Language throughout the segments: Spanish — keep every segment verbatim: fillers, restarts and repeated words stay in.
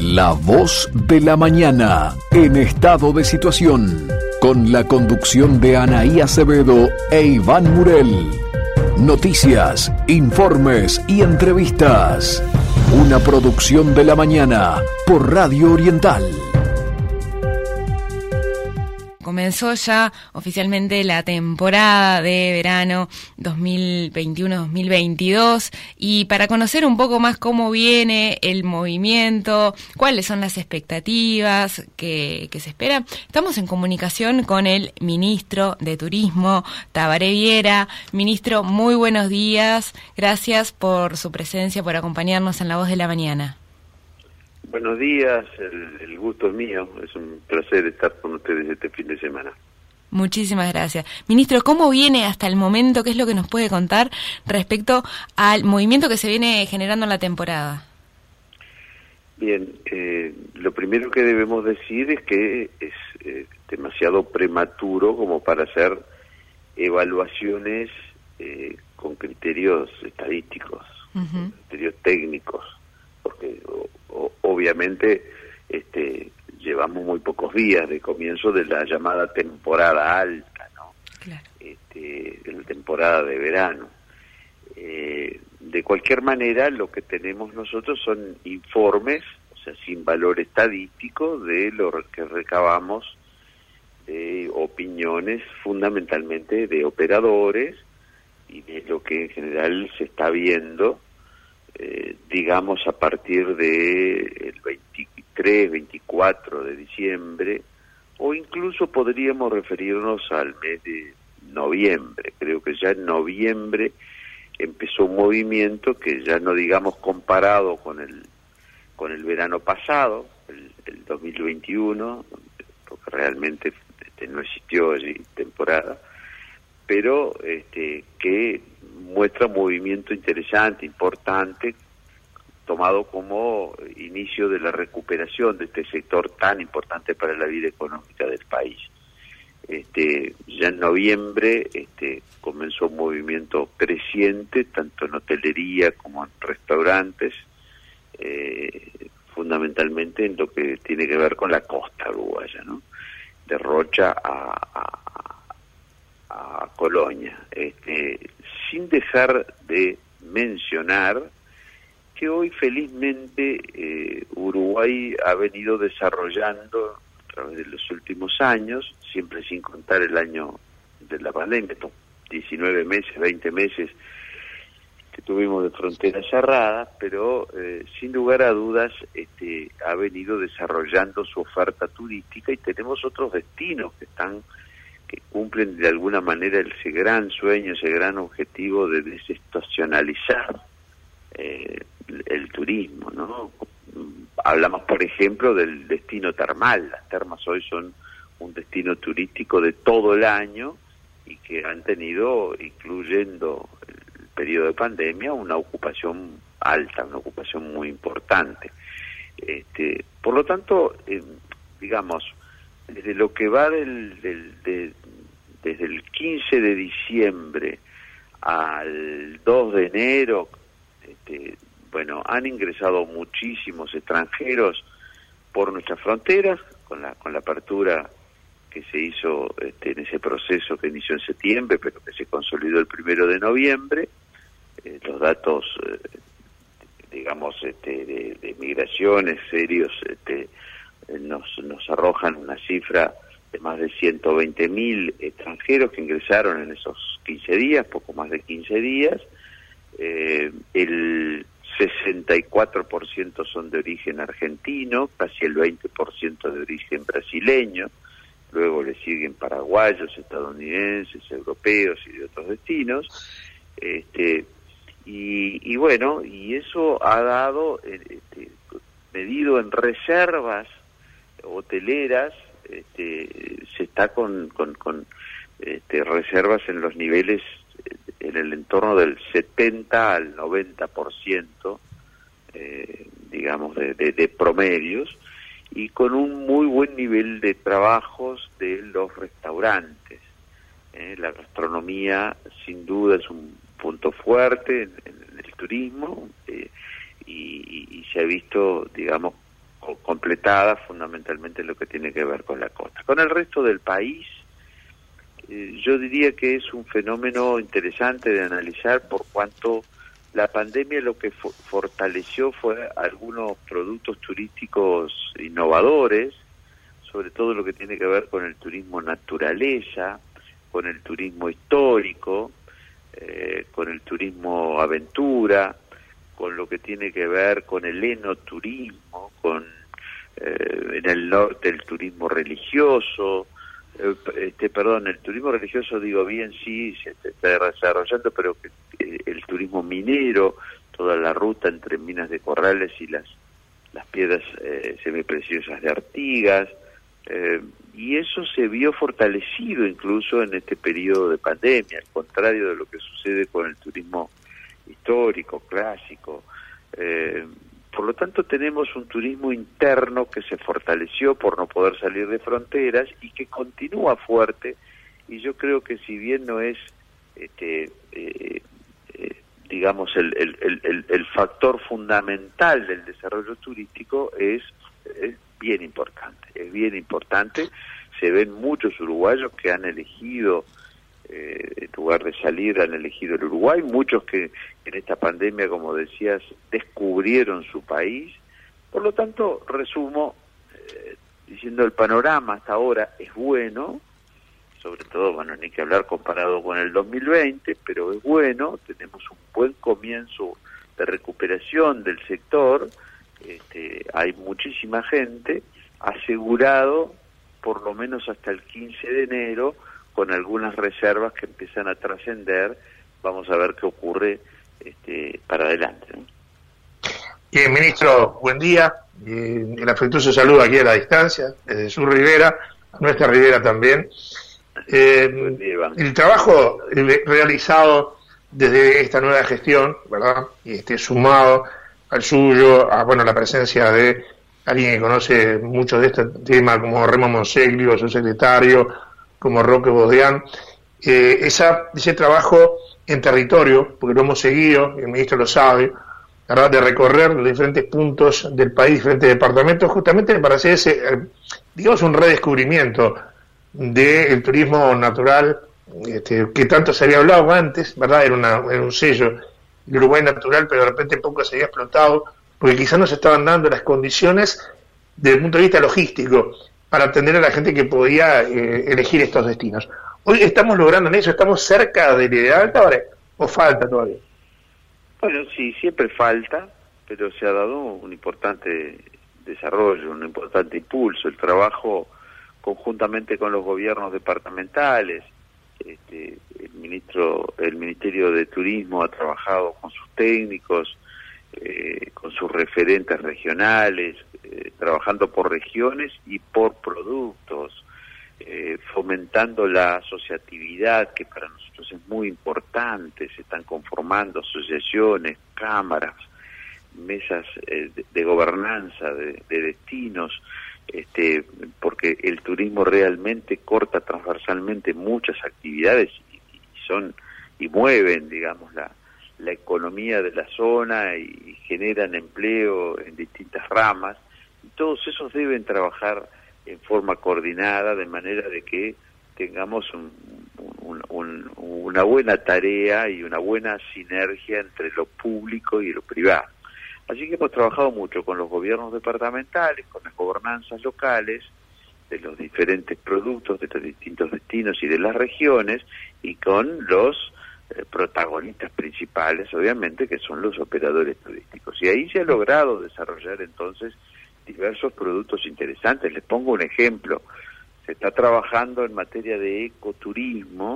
La voz de la mañana, en estado de situación, con la conducción de Anaí Acevedo e Iván Murel. Noticias, informes y entrevistas. Una producción de la mañana por Radio Oriental. Comenzó ya oficialmente la temporada de verano dos mil veintiuno dos mil veintidós y para conocer un poco más cómo viene el movimiento, cuáles son las expectativas que, que se esperan, estamos en comunicación con el ministro de Turismo, Tabaré Viera. Ministro, muy buenos días, gracias por su presencia, por acompañarnos en La Voz de la Mañana. Buenos días, el, el gusto es mío, es un placer estar con ustedes este fin de semana. Muchísimas gracias. Ministro, ¿cómo viene hasta el momento? ¿Qué es lo que nos puede contar respecto al movimiento que se viene generando en la temporada? Bien, eh, lo primero que debemos decir es que es eh, demasiado prematuro como para hacer evaluaciones eh, con criterios estadísticos, uh-huh. con criterios técnicos, porque o, o, obviamente este, llevamos muy pocos días de comienzo de la llamada temporada alta, ¿no? Claro. Este, de la temporada de verano. Eh, de cualquier manera, lo que tenemos nosotros son informes, o sea, sin valor estadístico, de lo que recabamos de opiniones fundamentalmente de operadores y de lo que en general se está viendo. Eh, digamos a partir de el veintitrés, veinticuatro de diciembre, o incluso podríamos referirnos al mes de noviembre. Creo que ya en noviembre empezó un movimiento que ya no digamos comparado con el con el verano pasado, el, el dos mil veintiuno, porque realmente este, no existió allí temporada, pero este que muestra un movimiento interesante, importante, tomado como inicio de la recuperación de este sector tan importante para la vida económica del país. Este, ya en noviembre este, comenzó un movimiento creciente, tanto en hotelería como en restaurantes, eh, fundamentalmente en lo que tiene que ver con la costa uruguaya, ¿no? De Rocha a, a, a Colonia. Este, sin dejar de mencionar que hoy felizmente eh, Uruguay ha venido desarrollando a través de los últimos años, siempre sin contar el año de la pandemia, diecinueve meses, veinte meses que tuvimos de fronteras cerradas, pero eh, sin lugar a dudas este, ha venido desarrollando su oferta turística y tenemos otros destinos que están que cumplen de alguna manera ese gran sueño, ese gran objetivo de desestacionalizar eh, el turismo, ¿no? Hablamos, por ejemplo, del destino termal. Las termas hoy son un destino turístico de todo el año y que han tenido, incluyendo el periodo de pandemia, una ocupación alta, una ocupación muy importante. Este, por lo tanto, eh, digamos, desde lo que va del, del de, desde el quince de diciembre al dos de enero, este, bueno, han ingresado muchísimos extranjeros por nuestras fronteras con la con la apertura que se hizo este, en ese proceso que inició en septiembre, pero que se consolidó el primero de noviembre. Eh, los datos, eh, digamos, este, de, de migraciones serios, este, nos nos arrojan una cifra de más de ciento veinte mil extranjeros que ingresaron en esos quince días, poco más de quince días. Eh, el sesenta y cuatro por ciento son de origen argentino, casi el veinte por ciento de origen brasileño, luego le siguen paraguayos, estadounidenses, europeos y de otros destinos. Este, y, y bueno, y eso ha dado, este, medido en reservas hoteleras, este, se está con, con, con este, reservas en los niveles, en el entorno del setenta al noventa por ciento, eh, digamos, de, de, de promedios, y con un muy buen nivel de trabajos de los restaurantes. Eh, la gastronomía, sin duda, es un punto fuerte en, en el turismo, eh, y, y se ha visto, digamos, co- completada fundamentalmente lo que tiene que ver con la costa. Con el resto del país, eh, yo diría que es un fenómeno interesante de analizar por cuanto la pandemia lo que fo- fortaleció fue algunos productos turísticos innovadores, sobre todo lo que tiene que ver con el turismo naturaleza, con el turismo histórico, eh, con el turismo aventura, con lo que tiene que ver con el enoturismo, con eh, en el norte el turismo religioso, eh, este perdón, el turismo religioso digo bien, sí, se está desarrollando, pero eh, el turismo minero, toda la ruta entre Minas de Corrales y las, las piedras eh, semipreciosas de Artigas, eh, y eso se vio fortalecido incluso en este periodo de pandemia, al contrario de lo que sucede con el turismo histórico, clásico. Eh, por lo tanto, tenemos un turismo interno que se fortaleció por no poder salir de fronteras y que continúa fuerte, y yo creo que si bien no es, este, eh, eh, digamos, el, el, el, el factor fundamental del desarrollo turístico, es, es bien importante, es bien importante. Se ven muchos uruguayos que han elegido, eh, en lugar de salir, han elegido el Uruguay, muchos que en esta pandemia, como decías, descubrieron su país. Por lo tanto, resumo, eh, diciendo el panorama hasta ahora es bueno, sobre todo, bueno, ni que hablar comparado con el dos mil veinte, pero es bueno, tenemos un buen comienzo de recuperación del sector. Este, hay muchísima gente asegurado por lo menos hasta el quince de enero, con algunas reservas que empiezan a trascender. Vamos a ver qué ocurre este, para adelante, ¿no? Bien, ministro, buen día. Eh, el afectuoso saludo aquí a la distancia, desde su ribera, a nuestra ribera también. Eh, día, el trabajo realizado desde esta nueva gestión, ¿verdad? Y este, sumado al suyo, a bueno, la presencia de alguien que conoce mucho de este tema, como Remo Monseglio, su secretario, como Roque Bodián, eh, esa, ese trabajo en territorio, porque lo hemos seguido, el ministro lo sabe, ¿verdad?, de recorrer los diferentes puntos del país, diferentes departamentos, justamente para hacer ese, eh, digamos, un redescubrimiento del turismo natural, este, que tanto se había hablado antes, ¿verdad? Era, una, era un sello de Uruguay natural, pero de repente poco se había explotado, porque quizás no se estaban dando las condiciones desde el punto de vista logístico para atender a la gente que podía eh, elegir estos destinos. Hoy estamos logrando en eso, estamos cerca de la idea alta, ¿vale? ¿O falta todavía? Bueno, sí, siempre falta, pero se ha dado un importante desarrollo, un importante impulso. El trabajo conjuntamente con los gobiernos departamentales, este, el ministro, el Ministerio de Turismo ha trabajado con sus técnicos, eh, con sus referentes regionales, eh, trabajando por regiones y por productos, eh, fomentando la asociatividad, que para nosotros es muy importante. Se están conformando asociaciones, cámaras, mesas eh, de, de gobernanza de, de destinos, este, porque el turismo realmente corta transversalmente muchas actividades y, y son y mueven, digamos, la, la economía de la zona y generan empleo en distintas ramas, y todos esos deben trabajar en forma coordinada, de manera de que tengamos un, un, un, una buena tarea y una buena sinergia entre lo público y lo privado. Así que hemos trabajado mucho con los gobiernos departamentales, con las gobernanzas locales, de los diferentes productos, de los distintos destinos y de las regiones, y con los eh, protagonistas principales, obviamente, que son los operadores turísticos. Y ahí se ha logrado desarrollar entonces diversos productos interesantes. Les pongo un ejemplo. Se está trabajando en materia de ecoturismo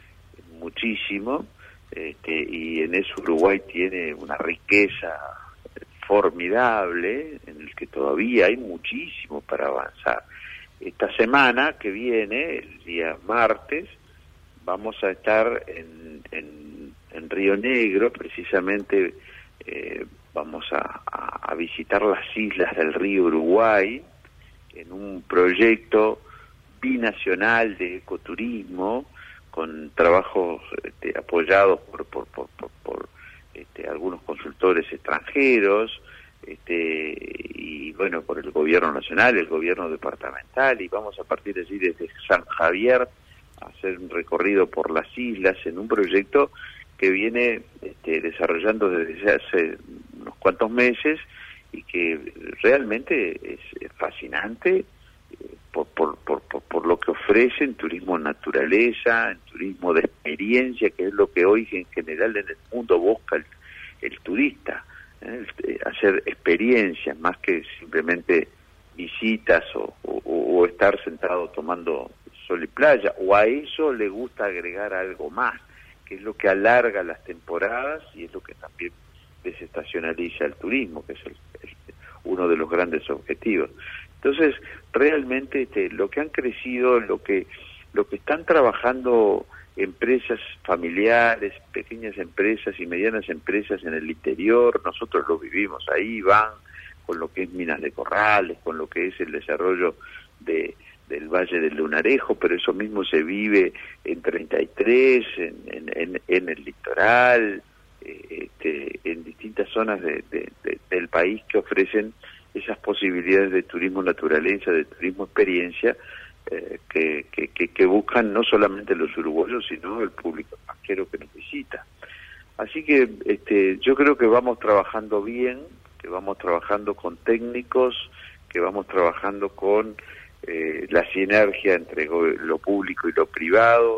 muchísimo, este, y en eso Uruguay tiene una riqueza formidable, en el que todavía hay muchísimo para avanzar. Esta semana que viene, el día martes, vamos a estar en, en, en Río Negro, precisamente eh, vamos a, a, a visitar las islas del río Uruguay, en un proyecto binacional de ecoturismo, con trabajos este, apoyados por, por, por, por, por Este, algunos consultores extranjeros, este, y bueno, por el gobierno nacional, el gobierno departamental, y vamos a partir de allí desde San Javier a hacer un recorrido por las islas en un proyecto que viene este, desarrollando desde hace unos cuantos meses y que realmente es, es fascinante eh, por, por, por, por, por lo que ofrece en turismo naturaleza, en turismo de experiencia, que es lo que hoy en general en el mundo busca el, el turista, ¿eh? El, hacer experiencias más que simplemente visitas o, o, o estar sentado tomando sol y playa, o a eso le gusta agregar algo más, que es lo que alarga las temporadas y es lo que también desestacionaliza el turismo, que es el, el, uno de los grandes objetivos. Entonces, realmente este, lo que han crecido, lo que lo que están trabajando empresas familiares, pequeñas empresas y medianas empresas en el interior, nosotros lo vivimos ahí, van con lo que es Minas de Corrales, con lo que es el desarrollo de del Valle del Lunarejo, pero eso mismo se vive en treinta y tres, en, en, en, en el litoral, eh, este, en distintas zonas de, de, de, del país que ofrecen esas posibilidades de turismo naturaleza, de turismo experiencia, eh, que, que, que, que buscan no solamente los uruguayos, sino el público extranjero que nos visita. Así que este, yo creo que vamos trabajando bien, que vamos trabajando con técnicos, que vamos trabajando con Eh, la sinergia entre lo público y lo privado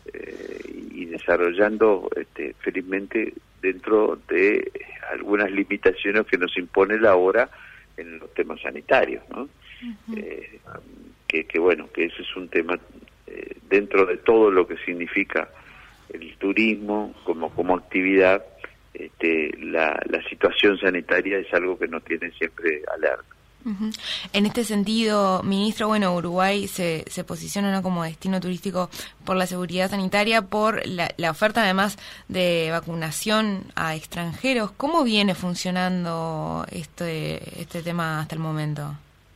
eh, y desarrollando este, felizmente dentro de algunas limitaciones que nos impone la hora en los temas sanitarios, ¿no? Uh-huh. eh, que, que bueno, que ese es un tema eh, dentro de todo lo que significa el turismo como, como actividad, este, la, la situación sanitaria es algo que nos tiene siempre alerta. Uh-huh. En este sentido, ministro, bueno, Uruguay se, se posiciona, ¿no?, como destino turístico por la seguridad sanitaria, por la, la oferta además de vacunación a extranjeros. ¿Cómo viene funcionando este este tema hasta el momento?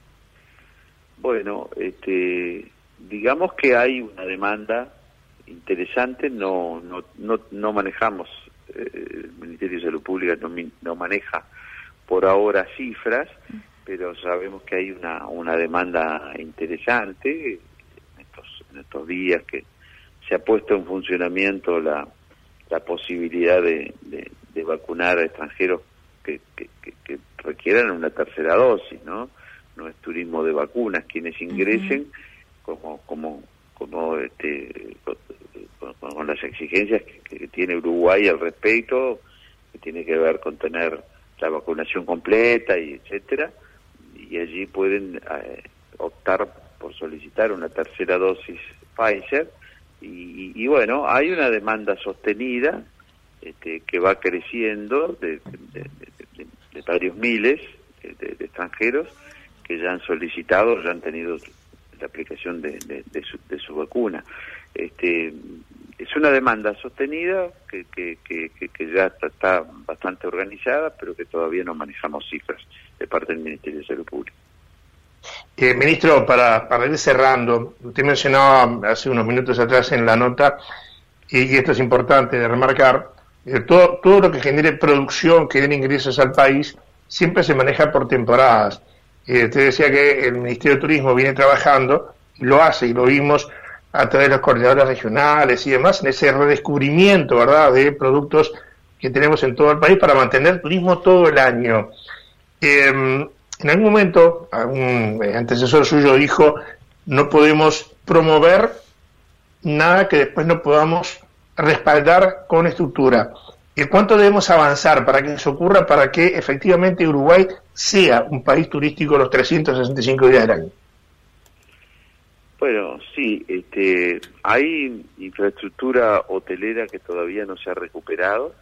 Bueno, este, digamos que hay una demanda interesante, no no no, no manejamos, eh, el Ministerio de Salud Pública no, no maneja por ahora cifras, pero sabemos que hay una una demanda interesante en estos en estos días que se ha puesto en funcionamiento la la posibilidad de, de, de vacunar a extranjeros que, que, que, que requieran una tercera dosis, ¿no? No es turismo de vacunas, quienes ingresen uh-huh. como como como este con, con, con las exigencias que, que tiene Uruguay al respecto, que tiene que ver con tener la vacunación completa y etcétera, y allí pueden eh, optar por solicitar una tercera dosis Pfizer, y, y, y bueno, hay una demanda sostenida este, que va creciendo de, de, de, de, de varios miles de, de extranjeros que ya han solicitado, ya han tenido la aplicación de, de, de, su, de su vacuna. Este, es una demanda sostenida que, que, que, que ya está, está bastante organizada, pero que todavía no manejamos cifras de parte del Ministerio de Salud Pública. Eh, ministro, para, para ir cerrando, usted mencionaba hace unos minutos atrás en la nota, y, y esto es importante de remarcar, eh, todo, todo lo que genere producción, que den ingresos al país, siempre se maneja por temporadas. Eh, usted decía que el Ministerio de Turismo viene trabajando, y lo hace, y lo vimos a través de los coordinadores regionales y demás, en ese redescubrimiento, ¿verdad?, de productos que tenemos en todo el país para mantener turismo todo el año. Eh, en algún momento, algún antecesor suyo dijo, no podemos promover nada que después no podamos respaldar con estructura. ¿Y cuánto debemos avanzar para que eso ocurra, para que efectivamente Uruguay sea un país turístico los trescientos sesenta y cinco días del año? Bueno, sí, este, hay infraestructura hotelera que todavía no se ha recuperado.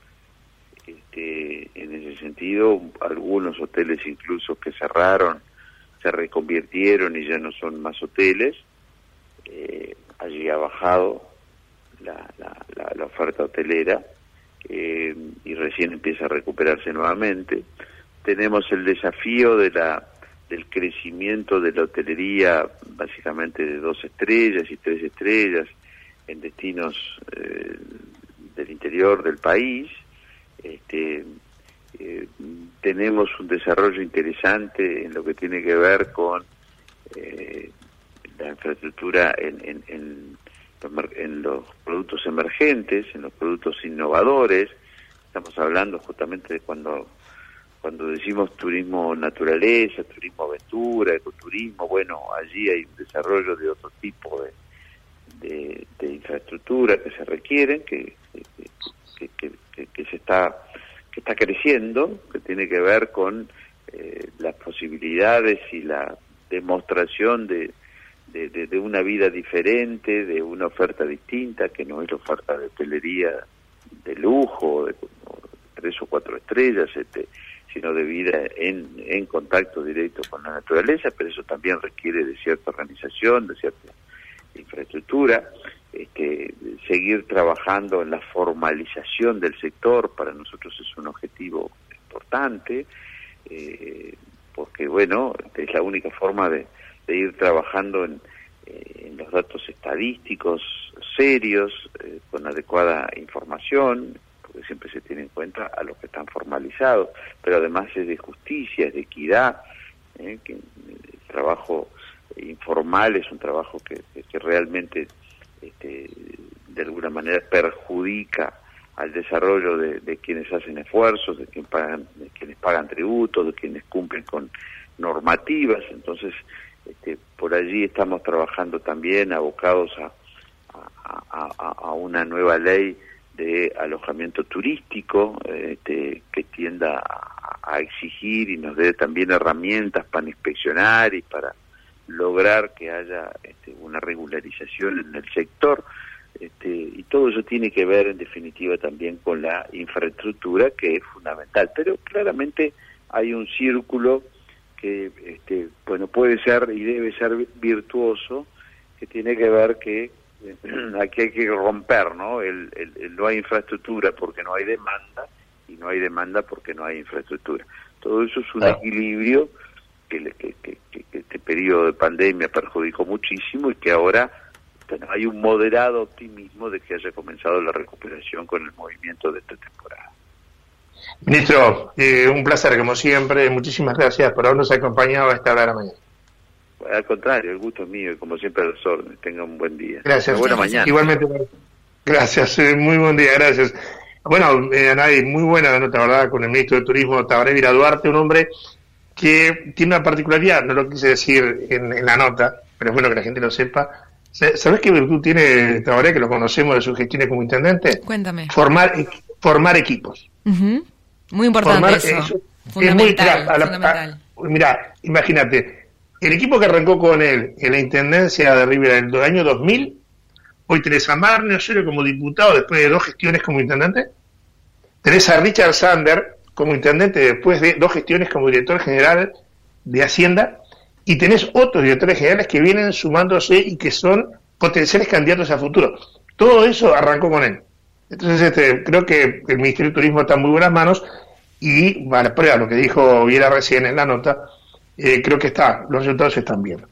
Este, en ese sentido, algunos hoteles incluso que cerraron, se reconvirtieron y ya no son más hoteles. Eh, allí ha bajado la, la, la, la oferta hotelera eh, y recién empieza a recuperarse nuevamente. Tenemos el desafío de la del crecimiento de la hotelería, básicamente de dos estrellas y tres estrellas en destinos eh, del interior del país, este, eh, tenemos un desarrollo interesante en lo que tiene que ver con eh, la infraestructura en, en, en, los, en los productos emergentes, en los productos innovadores. Estamos hablando justamente de cuando cuando decimos turismo naturaleza, turismo aventura, ecoturismo, bueno, allí hay un desarrollo de otro tipo de, de, de infraestructura que se requieren, que, que, que, que, que se está que está creciendo, que tiene que ver con eh, las posibilidades y la demostración de, de, de, de una vida diferente, de una oferta distinta, que no es la oferta de hotelería de lujo, de tres o cuatro estrellas, este, sino de vida en, en contacto directo con la naturaleza, pero eso también requiere de cierta organización, de cierta infraestructura. Este, seguir trabajando en la formalización del sector para nosotros es un objetivo importante, eh, porque bueno, es la única forma de, de ir trabajando en, eh, en los datos estadísticos serios, eh, con adecuada información, porque siempre se tiene en cuenta a los que están formalizados, pero además es de justicia, es de equidad, eh, que el trabajo informal es un trabajo que, que, que realmente este, de alguna manera perjudica al desarrollo de, de quienes hacen esfuerzos, de quienes pagan, de quienes pagan tributos, de quienes cumplen con normativas. Entonces, este, por allí estamos trabajando también abocados a, a, a, a una nueva ley de alojamiento turístico, este, que tienda a, a exigir y nos dé también herramientas para inspeccionar y para lograr que haya este, una regularización en el sector, este, y todo eso tiene que ver en definitiva también con la infraestructura, que es fundamental, pero claramente hay un círculo que este, bueno, puede ser y debe ser virtuoso, que tiene que ver que eh, aquí hay que romper, ¿no? El, el, el no hay infraestructura porque no hay demanda, y no hay demanda porque no hay infraestructura. Todo eso es un ah. equilibrio que, que, que, que este periodo de pandemia perjudicó muchísimo y que ahora bueno, hay un moderado optimismo de que haya comenzado la recuperación con el movimiento de esta temporada. Ministro, eh, un placer como siempre, muchísimas gracias por habernos acompañado a esta hora de la mañana. Al contrario, el gusto es mío y como siempre a los órdenes. Tenga un buen día. Gracias. Una buena mañana. Igualmente, gracias, eh, muy buen día, gracias. Bueno, eh, Anaí, muy buena nota, ¿verdad?, con el ministro de Turismo, Tabaré Vila Duarte, un hombre que tiene una particularidad, no lo quise decir en, en la nota, pero es bueno que la gente lo sepa. ¿Sabés qué virtud tiene Tabaré, que lo conocemos de sus gestiones como intendente? Cuéntame. Formar, formar equipos. Uh-huh. Muy importante formar, eso. eso fundamental. Es muy, a la, fundamental. Mirá, imagínate, el equipo que arrancó con él en la intendencia de Rivera en el año dos mil, hoy tenés a Marne Osorio como diputado después de dos gestiones como intendente, tenés a Richard Sander como intendente después de dos gestiones como director general de Hacienda, y tenés otros directores generales que vienen sumándose y que son potenciales candidatos a futuro. Todo eso arrancó con él. Entonces este, creo que el Ministerio de Turismo está en muy buenas manos y, a la prueba, lo que dijo Viera recién en la nota, eh, creo que está, los resultados están bien.